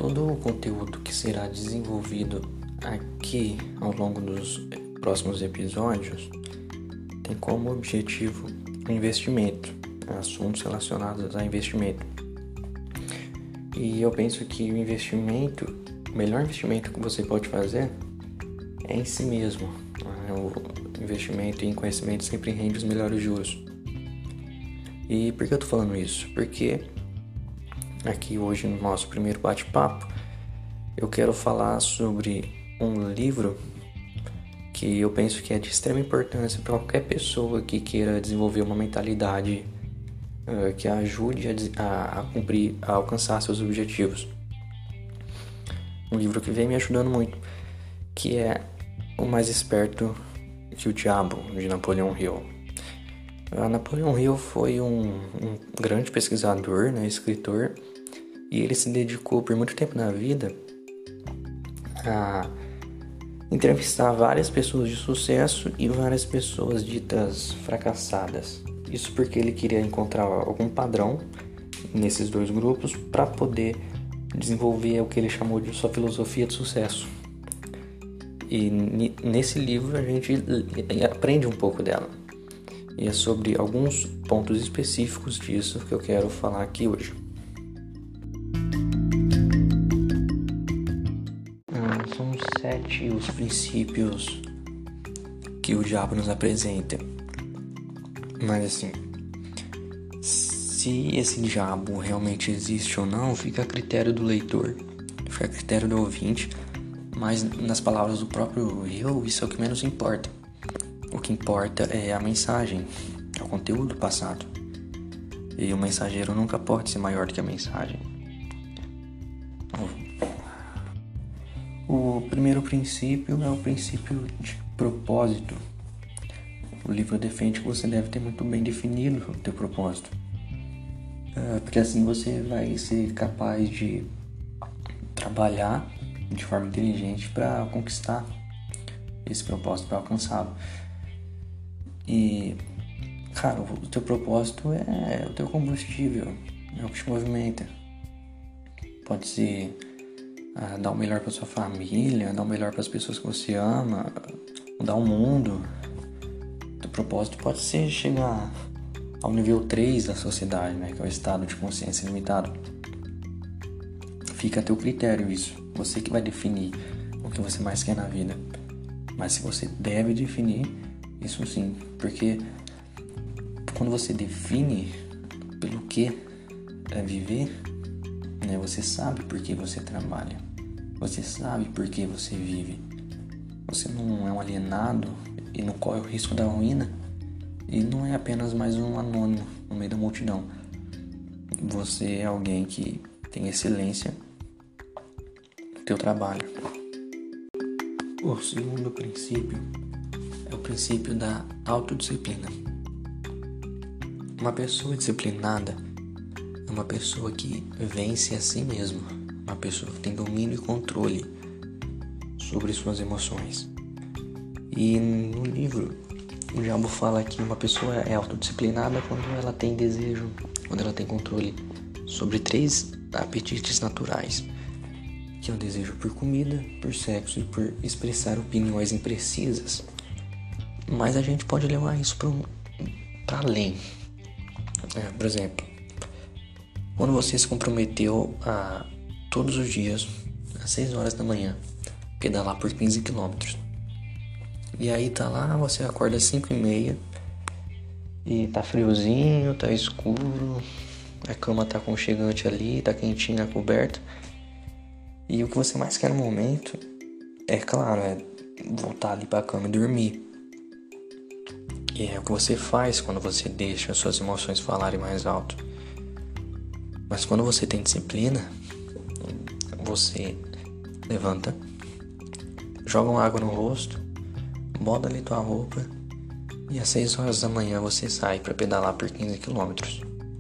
Todo o conteúdo que será desenvolvido aqui ao longo dos próximos episódios tem como objetivo o investimento, assuntos relacionados a investimento. E eu penso que o melhor investimento que você pode fazer é em si mesmo. O investimento em conhecimento sempre rende os melhores juros. E por que eu tô falando isso? Porque aqui hoje no nosso primeiro bate-papo eu quero falar sobre um livro que eu penso que é de extrema importância para qualquer pessoa que queira desenvolver uma mentalidade que ajude a alcançar seus objetivos. Um livro que vem me ajudando muito, que é O Mais Esperto que o Diabo, de Napoleon Hill. Napoleon Hill foi um grande pesquisador, escritor, e ele se dedicou por muito tempo na vida a entrevistar várias pessoas de sucesso e várias pessoas ditas fracassadas. Isso porque ele queria encontrar algum padrão nesses dois grupos para poder desenvolver o que ele chamou de sua filosofia de sucesso. E nesse livro a gente aprende um pouco dela. E é sobre alguns pontos específicos disso que eu quero falar aqui hoje. São 7 os princípios que o diabo nos apresenta. Mas assim, se esse diabo realmente existe ou não, fica a critério do leitor, fica a critério do ouvinte. Mas nas palavras do próprio Hill, isso é o que menos importa. O que importa é a mensagem, é o conteúdo passado. E o mensageiro nunca pode ser maior do que a mensagem. O primeiro princípio é o princípio de propósito. O livro defende que você deve ter muito bem definido o teu propósito. Porque assim você vai ser capaz de trabalhar de forma inteligente para conquistar esse propósito, para alcançá-lo. E, cara, o teu propósito é o teu combustível, é o que te movimenta. Pode ser dar o melhor para sua família, dar o melhor para as pessoas que você ama, mudar o mundo. O teu propósito pode ser chegar ao nível 3 da sociedade, que é o estado de consciência limitado. Fica a teu critério isso. Você que vai definir o que você mais quer na vida. Mas se você deve definir, isso sim. Porque quando você define pelo que é viver, você sabe por que você trabalha. Você sabe por que você vive. Você não é um alienado e não corre o risco da ruína. E não é apenas mais um anônimo no meio da multidão. Você é alguém que tem excelência no teu trabalho. O segundo princípio é o princípio da autodisciplina. Uma pessoa disciplinada é uma pessoa que vence a si mesma, uma pessoa que tem domínio e controle sobre suas emoções. E no livro, o diabo fala que uma pessoa é autodisciplinada quando ela tem desejo, quando ela tem controle sobre 3 apetites naturais, que é o desejo por comida, por sexo e por expressar opiniões imprecisas. Mas a gente pode levar isso para além. Por exemplo, quando você se comprometeu a todos os dias, às 6 horas da manhã, pedalar por 15 quilômetros. E aí tá lá, você acorda às 5h30 e tá friozinho, tá escuro, a cama tá aconchegante ali, tá quentinha, coberta. E o que você mais quer no momento, é claro, é voltar ali pra cama e dormir. E é o que você faz quando você deixa as suas emoções falarem mais alto. Mas quando você tem disciplina, você levanta, joga uma água no rosto, bota ali tua roupa e às 6 horas da manhã você sai para pedalar por 15 quilômetros.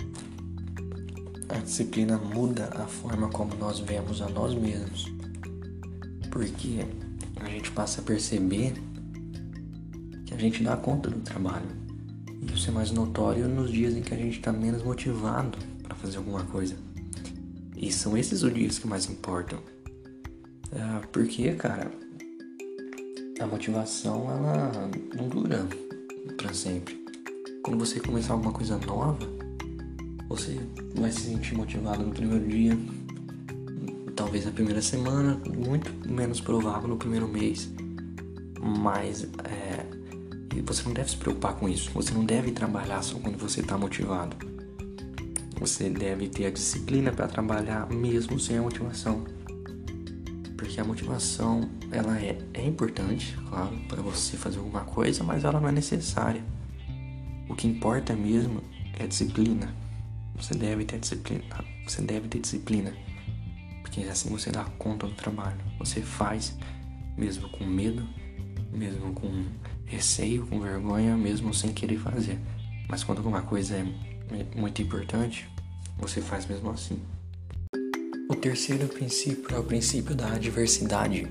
A disciplina muda a forma como nós vemos a nós mesmos, porque a gente passa a perceber que a gente dá conta do trabalho. E isso é mais notório nos dias em que a gente está menos motivado para fazer alguma coisa. E são esses os dias que mais importam. Porque, cara, a motivação, ela não dura pra sempre. Quando você começar alguma coisa nova, você vai se sentir motivado no primeiro dia, talvez na primeira semana, muito menos provável no primeiro mês. Mas você não deve se preocupar com isso. Você não deve trabalhar só quando você está motivado. Você deve ter a disciplina para trabalhar mesmo sem a motivação. Porque a motivação, ela é importante, claro, para você fazer alguma coisa, mas ela não é necessária. O que importa mesmo é a disciplina. Você deve ter disciplina. Porque assim você dá conta do trabalho. Você faz mesmo com medo, mesmo com receio, com vergonha, mesmo sem querer fazer. Mas quando alguma coisa é muito importante, você faz mesmo assim. O terceiro princípio é o princípio da adversidade.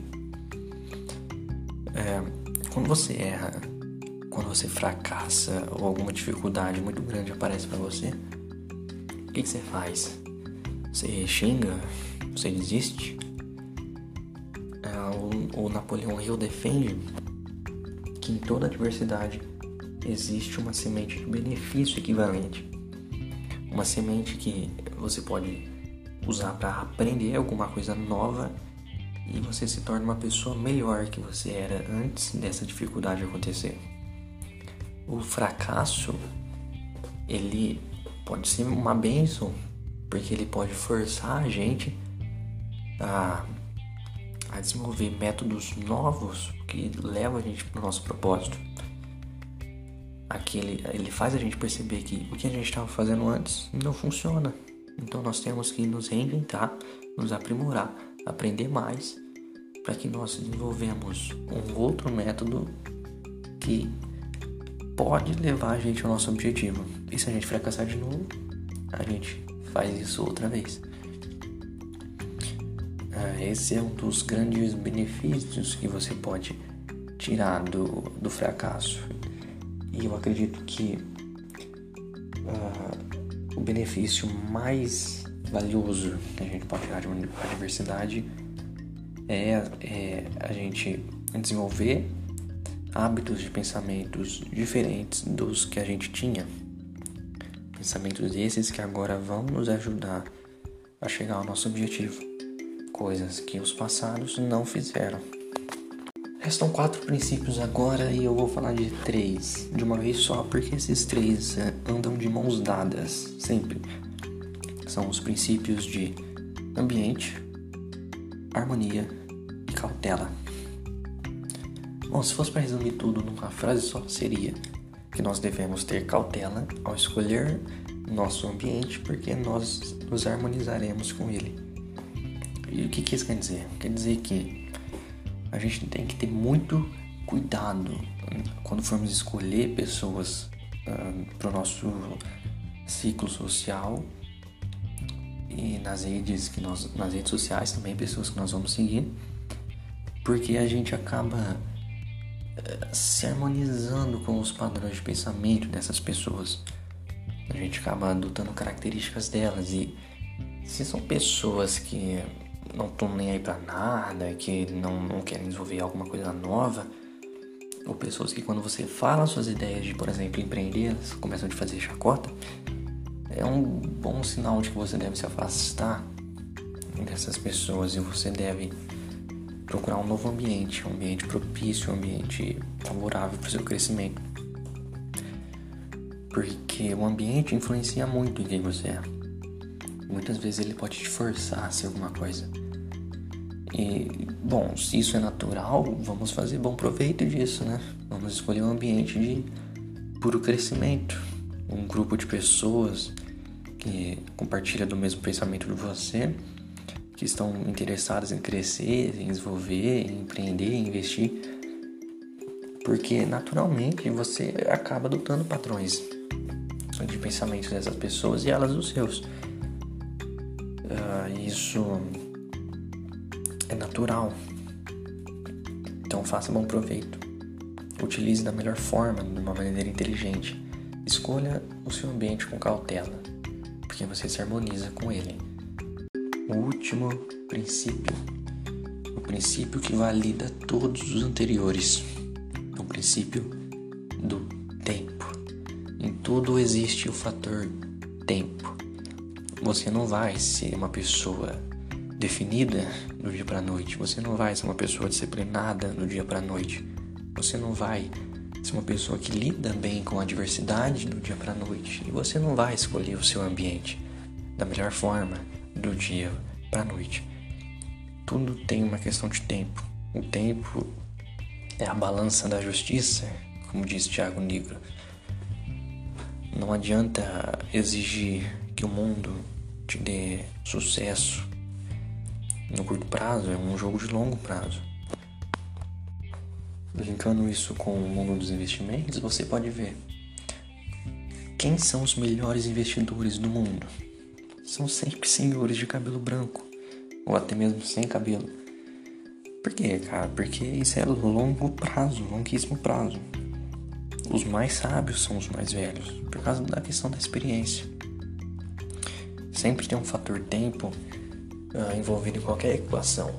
Quando você erra, quando você fracassa ou alguma dificuldade muito grande aparece para você, o que você faz? Você xinga? Você desiste? O Napoleão Hill defende que em toda adversidade existe uma semente de benefício equivalente. Uma semente que você pode usar para aprender alguma coisa nova e você se torna uma pessoa melhor que você era antes dessa dificuldade acontecer. O fracasso, ele pode ser uma bênção, porque ele pode forçar a gente a desenvolver métodos novos que levam a gente para o nosso propósito. Ele faz a gente perceber que o que a gente estava fazendo antes não funciona. Então nós temos que nos reinventar, nos aprimorar, aprender mais, para que nós desenvolvamos um outro método que pode levar a gente ao nosso objetivo. E se a gente fracassar de novo, a gente faz isso outra vez. Esse é um dos grandes benefícios que você pode tirar do fracasso. E eu acredito que o benefício mais valioso que a gente pode tirar de uma adversidade é a gente desenvolver hábitos de pensamentos diferentes dos que a gente tinha. Pensamentos esses que agora vão nos ajudar a chegar ao nosso objetivo. Coisas que os passados não fizeram. Restam 4 princípios agora e eu vou falar de 3 de uma vez só, porque esses 3 andam de mãos dadas sempre. São os princípios de ambiente, harmonia e cautela. Bom, se fosse para resumir tudo numa frase só, seria que nós devemos ter cautela ao escolher nosso ambiente, porque nós nos harmonizaremos com ele. E o que isso quer dizer? Quer dizer que a gente tem que ter muito cuidado quando formos escolher pessoas para o nosso ciclo social e nas redes sociais também, pessoas que nós vamos seguir, porque a gente acaba se harmonizando com os padrões de pensamento dessas pessoas. A gente acaba adotando características delas, e se são pessoas que não estão nem aí pra nada, que não querem desenvolver alguma coisa nova, ou pessoas que quando você fala suas ideias de, por exemplo, empreender, elas começam a te fazer chacota, é um bom sinal de que você deve se afastar dessas pessoas e você deve procurar um novo ambiente, um ambiente propício, um ambiente favorável para o seu crescimento. Porque o ambiente influencia muito em quem você é. Muitas vezes ele pode te forçar a ser alguma coisa. E, bom, se isso é natural, vamos fazer bom proveito disso, né? Vamos escolher um ambiente de puro crescimento. Um grupo de pessoas que compartilha do mesmo pensamento de você, que estão interessadas em crescer, em desenvolver, em empreender, em investir. Porque, naturalmente, você acaba adotando padrões de pensamentos dessas pessoas e elas os seus. Isso é natural. Então faça bom proveito. Utilize da melhor forma, de uma maneira inteligente. Escolha o seu ambiente com cautela, porque você se harmoniza com ele. o último princípio, o princípio que valida todos os anteriores, o princípio do tempo. Em tudo existe o fator tempo. Você não vai ser uma pessoa definida do dia para a noite. Você não vai ser uma pessoa disciplinada do dia para a noite. Você não vai ser uma pessoa que lida bem com a adversidade do dia para a noite. E você não vai escolher o seu ambiente da melhor forma do dia para a noite. Tudo tem uma questão de tempo. O tempo é a balança da justiça, como diz Tiago Nigro. Não adianta exigir que o mundo te dê sucesso no curto prazo, é um jogo de longo prazo. Linkando isso com o mundo dos investimentos, você pode ver quem são os melhores investidores do mundo. São sempre senhores de cabelo branco, ou até mesmo sem cabelo. Por quê, cara? Porque isso é longo prazo, longuíssimo prazo. Os mais sábios são os mais velhos, por causa da questão da experiência. Sempre tem um fator tempo envolvido em qualquer equação.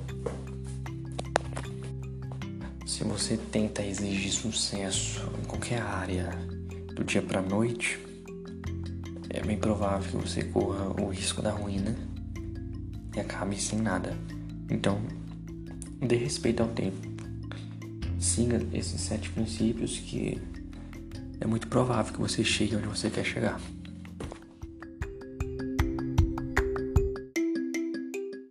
Se você tenta exigir sucesso em qualquer área do dia para a noite, é bem provável que você corra o risco da ruína e acabe sem nada. Então, dê respeito ao tempo. Siga esses 7 princípios que é muito provável que você chegue onde você quer chegar.